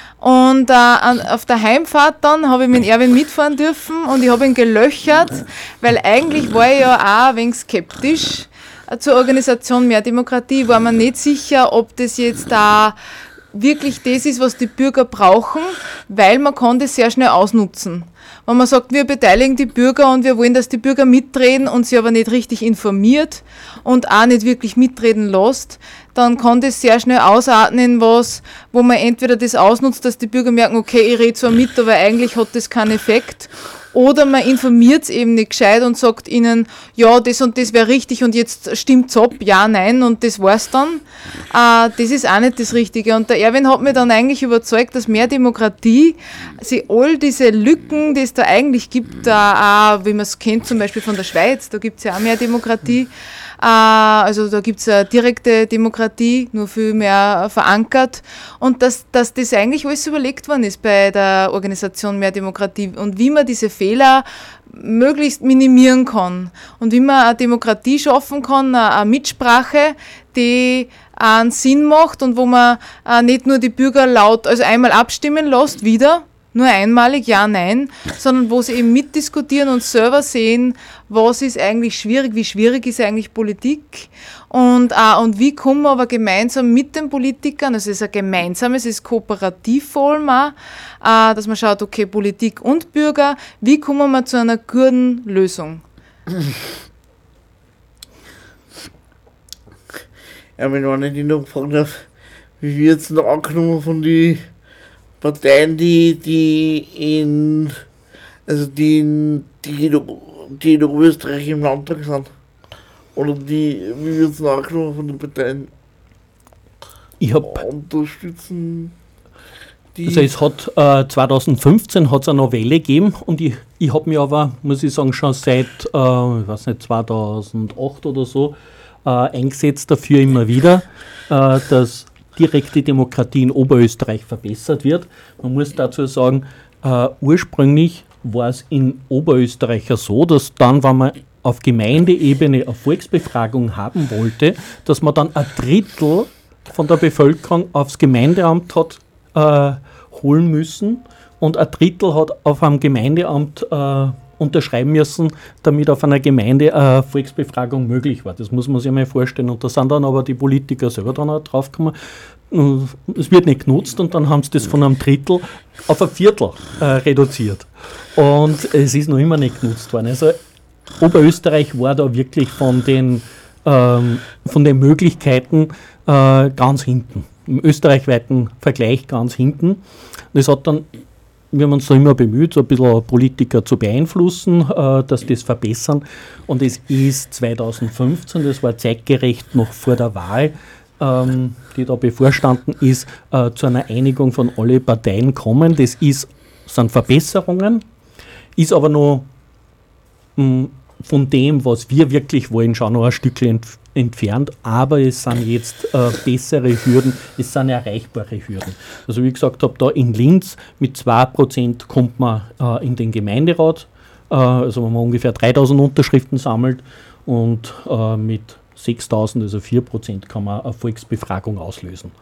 Und äh, an, auf der Heimfahrt dann habe ich mit Erwin mitfahren dürfen und ich habe ihn gelöchert, weil eigentlich war ich ja auch ein wenig skeptisch zur Organisation Mehr Demokratie. War mir nicht sicher, ob das jetzt da wirklich das ist, was die Bürger brauchen, weil man kann das sehr schnell ausnutzen. Wenn man sagt, wir beteiligen die Bürger und wir wollen, dass die Bürger mitreden und sie aber nicht richtig informiert und auch nicht wirklich mitreden lässt, dann kann das sehr schnell ausarten in was, wo man entweder das ausnutzt, dass die Bürger merken, okay, ich rede zwar mit, aber eigentlich hat das keinen Effekt. Oder man informiert es eben nicht gescheit und sagt ihnen, ja, das und das wäre richtig und jetzt stimmt's ab, ja, nein, und das war's dann. Äh, das ist auch nicht das Richtige. Und der Erwin hat mich dann eigentlich überzeugt, dass Mehr Demokratie sie all diese Lücken, die es da eigentlich gibt, äh, auch, wie man es kennt, zum Beispiel von der Schweiz, da gibt es ja auch Mehr Demokratie, äh, also da gibt es eine direkte Demokratie, nur viel mehr verankert. Und dass, dass das eigentlich alles überlegt worden ist bei der Organisation Mehr Demokratie und wie man diese Fehler möglichst minimieren kann und wie man eine Demokratie schaffen kann, eine Mitsprache, die einen Sinn macht und wo man nicht nur die Bürger laut, also einmal abstimmen lässt, wieder, nur einmalig, ja, nein, sondern wo sie eben mitdiskutieren und selber sehen, was ist eigentlich schwierig, wie schwierig ist eigentlich Politik und, äh, und wie kommen wir aber gemeinsam mit den Politikern, also es ist ein gemeinsames, es ist kooperativ vor allem auch, äh, dass man schaut, okay, Politik und Bürger, wie kommen wir zu einer guten Lösung? Ja, wenn man nicht noch gefragt hat, wie wird es noch angenommen von den Parteien, die, die in, also die in, die in, die in Österreich im Landtag sind? Oder die, wie wird es noch angenommen von den Parteien? Ich hab, unterstützen die. Also es hat äh, zweitausendfünfzehn hat es eine Novelle gegeben und ich, ich habe mich aber, muss ich sagen, schon seit, äh, ich weiß nicht, zweitausendacht oder so, äh, eingesetzt dafür immer wieder, äh, dass direkte Demokratie in Oberösterreich verbessert wird. Man muss dazu sagen, äh, ursprünglich war es in Oberösterreich so, dass dann, wenn man auf Gemeindeebene eine Volksbefragung haben wollte, dass man dann ein Drittel von der Bevölkerung aufs Gemeindeamt hat äh, holen müssen und ein Drittel hat auf einem Gemeindeamt äh, unterschreiben müssen, damit auf einer Gemeinde eine Volksbefragung möglich war. Das muss man sich mal vorstellen. Und da sind dann aber die Politiker selber dann auch draufgekommen, es wird nicht genutzt und dann haben sie das von einem Drittel auf ein Viertel äh, reduziert. Und es ist noch immer nicht genutzt worden. Also Oberösterreich war da wirklich von den, ähm, von den Möglichkeiten äh, ganz hinten. Im österreichweiten Vergleich ganz hinten. Das hat dann, wir haben uns da immer bemüht, so ein bisschen Politiker zu beeinflussen, äh, dass das verbessern. Und es ist zweitausendfünfzehn, das war zeitgerecht noch vor der Wahl, ähm, die da bevorstanden ist, äh, zu einer Einigung von allen Parteien kommen. Das ist, sind Verbesserungen, ist aber noch mh, von dem, was wir wirklich wollen, schon noch ein Stückchen ent- entfernt, aber es sind jetzt äh, bessere Hürden, es sind erreichbare Hürden. Also wie ich gesagt habe, da in Linz mit zwei Prozent kommt man äh, in den Gemeinderat, äh, also wenn man ungefähr dreitausend Unterschriften sammelt und äh, mit sechstausend, also vier Prozent, kann man eine Volksbefragung auslösen.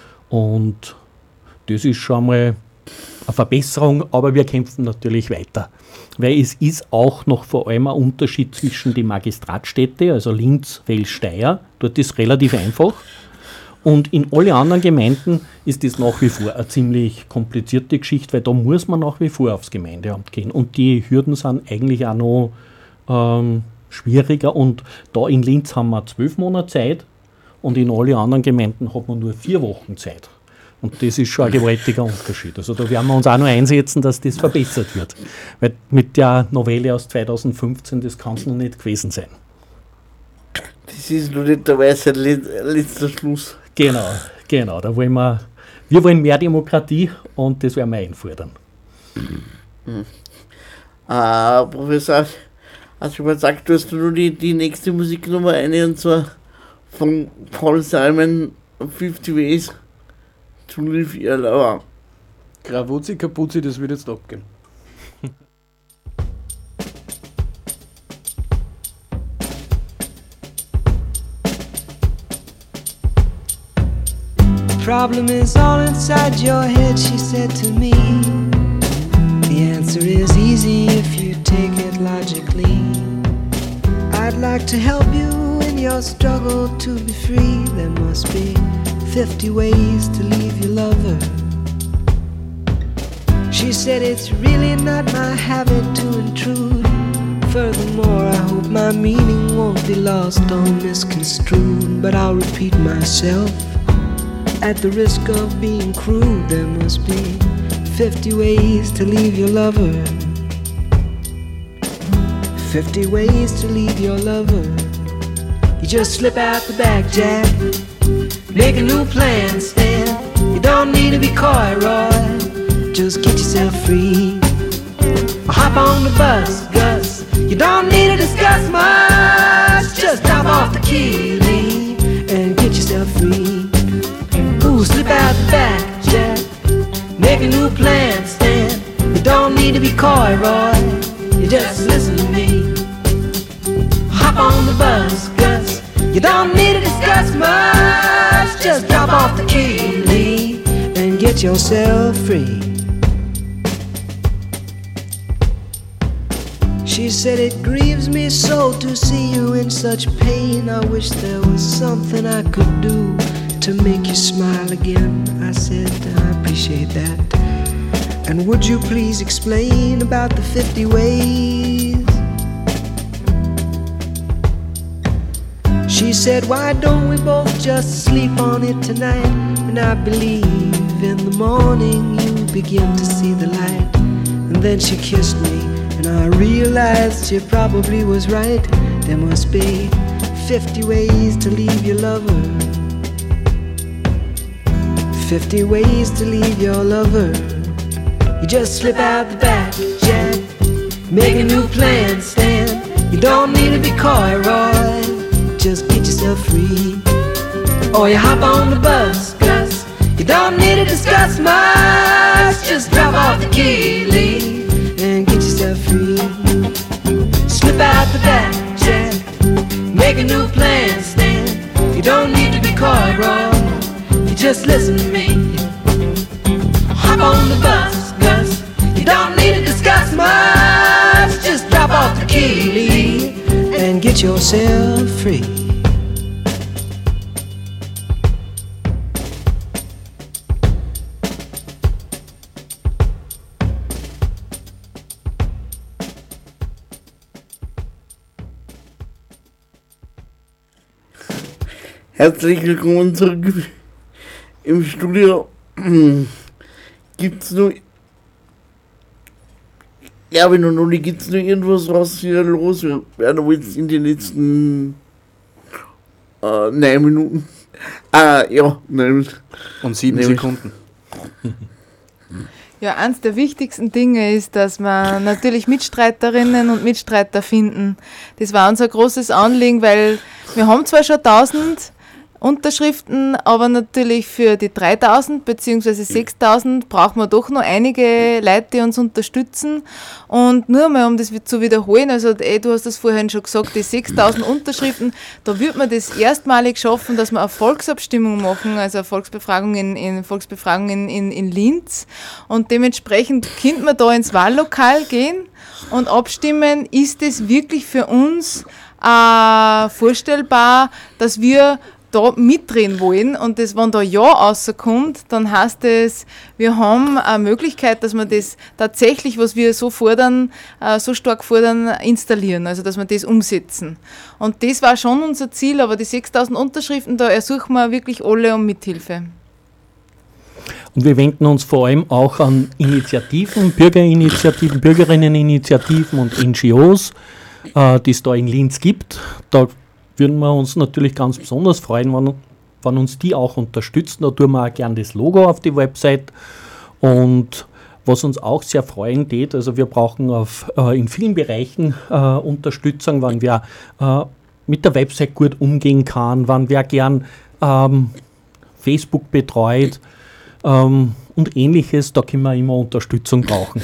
Und das ist schon mal eine Verbesserung, aber wir kämpfen natürlich weiter. Weil es ist auch noch vor allem ein Unterschied zwischen den Magistratstädten, also Linz, Wels, Steyr. Dort ist es relativ einfach. Und in alle anderen Gemeinden ist das nach wie vor eine ziemlich komplizierte Geschichte, weil da muss man nach wie vor aufs Gemeindeamt gehen. Und die Hürden sind eigentlich auch noch ähm, schwieriger. Und da in Linz haben wir zwölf Monate Zeit und in alle anderen Gemeinden hat man nur vier Wochen Zeit. Und das ist schon ein gewaltiger Unterschied. Also da werden wir uns auch noch einsetzen, dass das verbessert wird. Weil mit der Novelle aus zweitausendfünfzehn, das kann es noch nicht gewesen sein. Das ist noch nicht der weiße letzter Schluss. Genau, genau. Da wollen wir, wir wollen mehr Demokratie und das werden wir einfordern. Mhm. Ah, Professor, hast du mal gesagt, du hast nur die, die nächste Musiknummer eine und zwar von Paul Simon, fifty Ways to Live Your Lover. Gravuzzi, Kapuzzi, das wird jetzt abgehen. Problem is all inside your head, she said to me. The answer is easy if you take it logically. I'd like to help you in your struggle to be free. There must be fifty ways to leave your lover. She said it's really not my habit to intrude. Furthermore, I hope my meaning won't be lost or misconstrued. But I'll repeat myself at the risk of being crude. There must be fifty ways to leave your lover. Fifty ways to leave your lover. You just slip out the back, Jack. Make a new plan, Stan. You don't need to be coy, Roy. Just get yourself free. Or hop on the bus, Gus. You don't need to discuss much. Just drop off the key, leave, and get yourself free. Ooh, slip out the back, Jack. Make a new plan, Stan. You don't need to be coy, Roy. You just listen to me. Hop on the bus, Gus. You don't need to discuss much. Just drop off the key, leave, and get yourself free. She said it grieves me so to see you in such pain. I wish there was something I could do to make you smile again. I said I appreciate that. And would you please explain about the fifty ways? She said, why don't we both just sleep on it tonight? And I believe in the morning you begin to see the light. And then she kissed me and I realized she probably was right. There must be fifty ways to leave your lover. Fifty ways to leave your lover. You just slip out the back, Jack. Make a new plan, Stan. You don't need to be coy, Roy. Just get yourself free. Or you hop on the bus, Gus. You don't need to discuss much. Just drop off the key, leave, and get yourself free. Slip out the back, Jack. Make a new plan, Stan. You don't need to be coy, Roy. You just listen to me. Hop on the bus, Gus. You don't need to discuss much. Just drop off the key, leave, and get yourself free. Herzlich willkommen zurück im Studio. Gibt's noch, ja, wenn noch nicht, gibt's noch irgendwas, was hier los wird? Ja, da jetzt in den letzten äh, neun Minuten. Ah, ja, nein. Und sieben Nämlich. Sekunden. Ja, eines der wichtigsten Dinge ist, dass wir natürlich Mitstreiterinnen und Mitstreiter finden. Das war unser großes Anliegen, weil wir haben zwar schon tausend Unterschriften, aber natürlich für die dreitausend bzw. sechstausend brauchen wir doch noch einige Leute, die uns unterstützen. Und nur mal, um das zu wiederholen, also ey, du hast das vorhin schon gesagt, die sechstausend Unterschriften, da wird man das erstmalig schaffen, dass wir eine Volksabstimmung machen, also eine Volksbefragung in, in, Volksbefragung in, in, in Linz. Und dementsprechend könnte man da ins Wahllokal gehen und abstimmen, ist es wirklich für uns äh, vorstellbar, dass wir da mitreden wollen und das, wenn da Ja rauskommt, dann heißt es, wir haben eine Möglichkeit, dass wir das tatsächlich, was wir so fordern, äh, so stark fordern, installieren, also dass wir das umsetzen. Und das war schon unser Ziel, aber die sechstausend Unterschriften, da ersuchen wir wirklich alle um Mithilfe. Und wir wenden uns vor allem auch an Initiativen, Bürgerinitiativen, Bürgerinneninitiativen und N G Os, äh, die es da in Linz gibt. Da würden wir uns natürlich ganz besonders freuen, wenn, wenn uns die auch unterstützen. Da tun wir auch gerne das Logo auf die Website. Und was uns auch sehr freuen tät, also wir brauchen auf, äh, in vielen Bereichen äh, Unterstützung, wenn wer äh, mit der Website gut umgehen kann, wenn wer gern ähm, Facebook betreut, Ähm, und ähnliches, da können wir immer Unterstützung brauchen.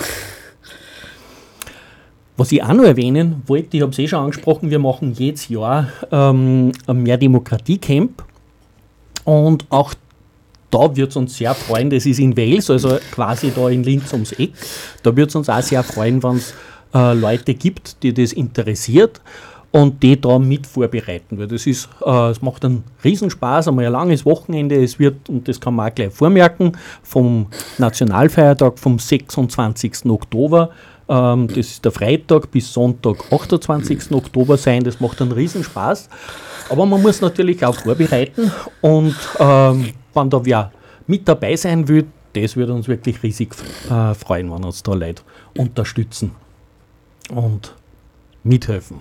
Was ich auch noch erwähnen wollte, ich habe es eh schon angesprochen, wir machen jedes Jahr ähm, ein Mehr-Demokratie-Camp und auch da wird es uns sehr freuen, das ist in Wels, also quasi da in Linz ums Eck, da wird es uns auch sehr freuen, wenn es äh, Leute gibt, die das interessiert und die da mit vorbereiten. Weil das ist, äh, es macht einen Riesenspaß, einmal ein langes Wochenende. Es wird, und das kann man auch gleich vormerken, vom Nationalfeiertag vom sechsundzwanzigsten Oktober, ähm, das ist der Freitag, bis Sonntag, achtundzwanzigsten Oktober sein. Das macht einen Riesenspaß. Aber man muss natürlich auch vorbereiten und ähm, wenn da wer mit dabei sein will, das würde uns wirklich riesig äh, freuen, wenn uns da Leute unterstützen und mithelfen.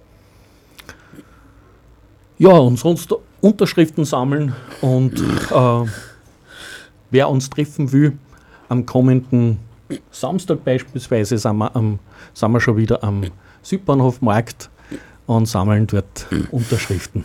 Ja, und sonst Unterschriften sammeln und äh, wer uns treffen will, am kommenden Samstag beispielsweise sind wir, am, sind wir schon wieder am Südbahnhofmarkt und sammeln dort Unterschriften.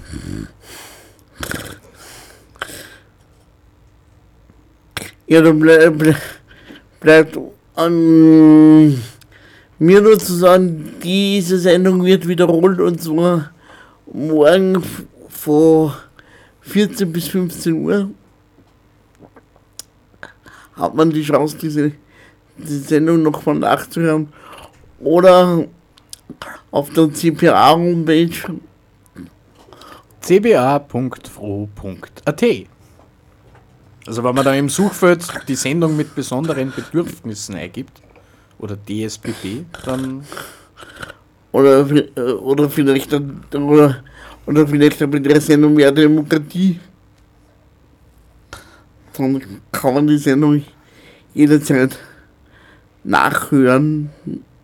Ja, dann bleibt bleib, bleibt an mir nur zu sagen, diese Sendung wird wiederholt und zwar morgen von vierzehn bis fünfzehn Uhr hat man die Chance, diese, diese Sendung noch von nachzuhören. Oder auf der C P A-Homepage c b a punkt f r o punkt a t. Also wenn man da im Suchfeld die Sendung mit besonderen Bedürfnissen eingibt, oder D S B B, dann... Oder, oder vielleicht oder, oder vielleicht mit der Sendung Mehr Demokratie. Dann kann man die Sendung jederzeit nachhören.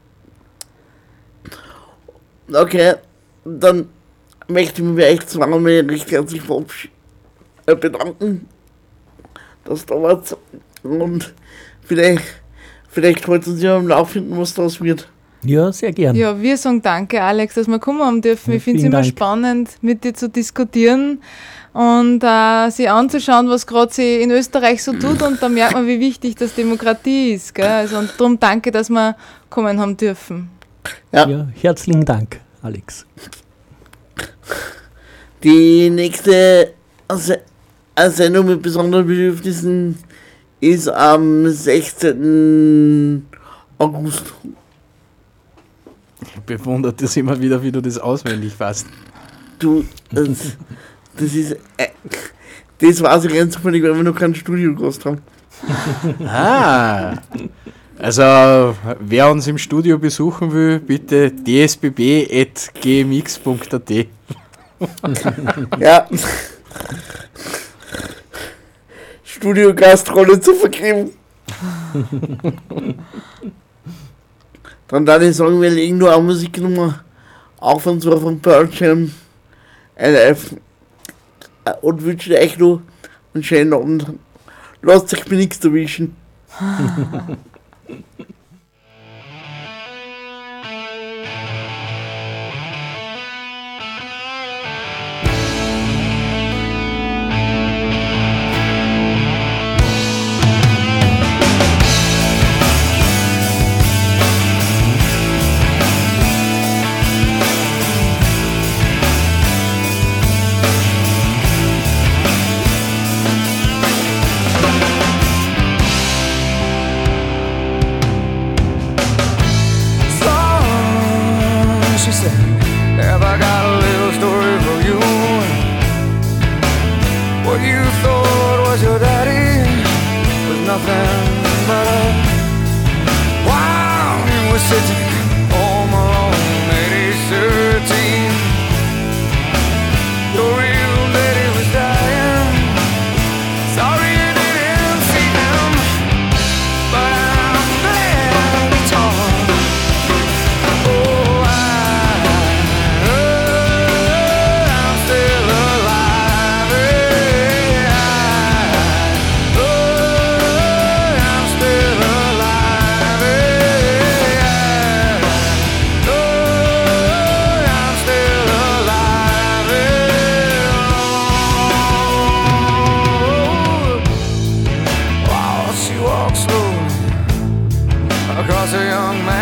Okay, dann möchte ich mich echt zweimal recht herzlich bedanken, dass da was und vielleicht, vielleicht wollt ihr uns ja im Laufenden, was das wird. Ja, sehr gern. Ja, wir sagen danke, Alex, dass wir kommen haben dürfen. Ich finde es immer Dank. spannend, mit dir zu diskutieren und äh, sich anzuschauen, was gerade sich in Österreich so tut, und da merkt man, wie wichtig das Demokratie ist. Gell? Also, und darum danke, dass wir kommen haben dürfen. Ja. Ja, herzlichen Dank, Alex. Die nächste Se- Sendung mit besonderen Bedürfnissen ist am sechzehnten August. Bewundert das immer wieder, wie du das auswendig weißt. Du, das, das ist, äh, das weiß ich ganz zufällig, weil wir noch keinen Studiogast haben. Ah, also wer uns im Studio besuchen will, bitte d s b b at g m x punkt a t. Ja. Studiogastrolle zu vergeben. Dann darf ich sagen, wir legen nur eine Musiknummer auf, und zwar von Pearl Jam L F, und wünsche euch noch einen schönen Abend. Lasst euch mir nichts erwischen. nothing but a while you were sitting home alone at age thirteen. Your real daddy was dying. Sorry you didn't see him, but I'm glad we talked. Oh, I, oh, I'm still alive. Yeah, I, oh, I'm still alive. Yeah, oh, I'm still alive. Oh, while she walks slowly across a young man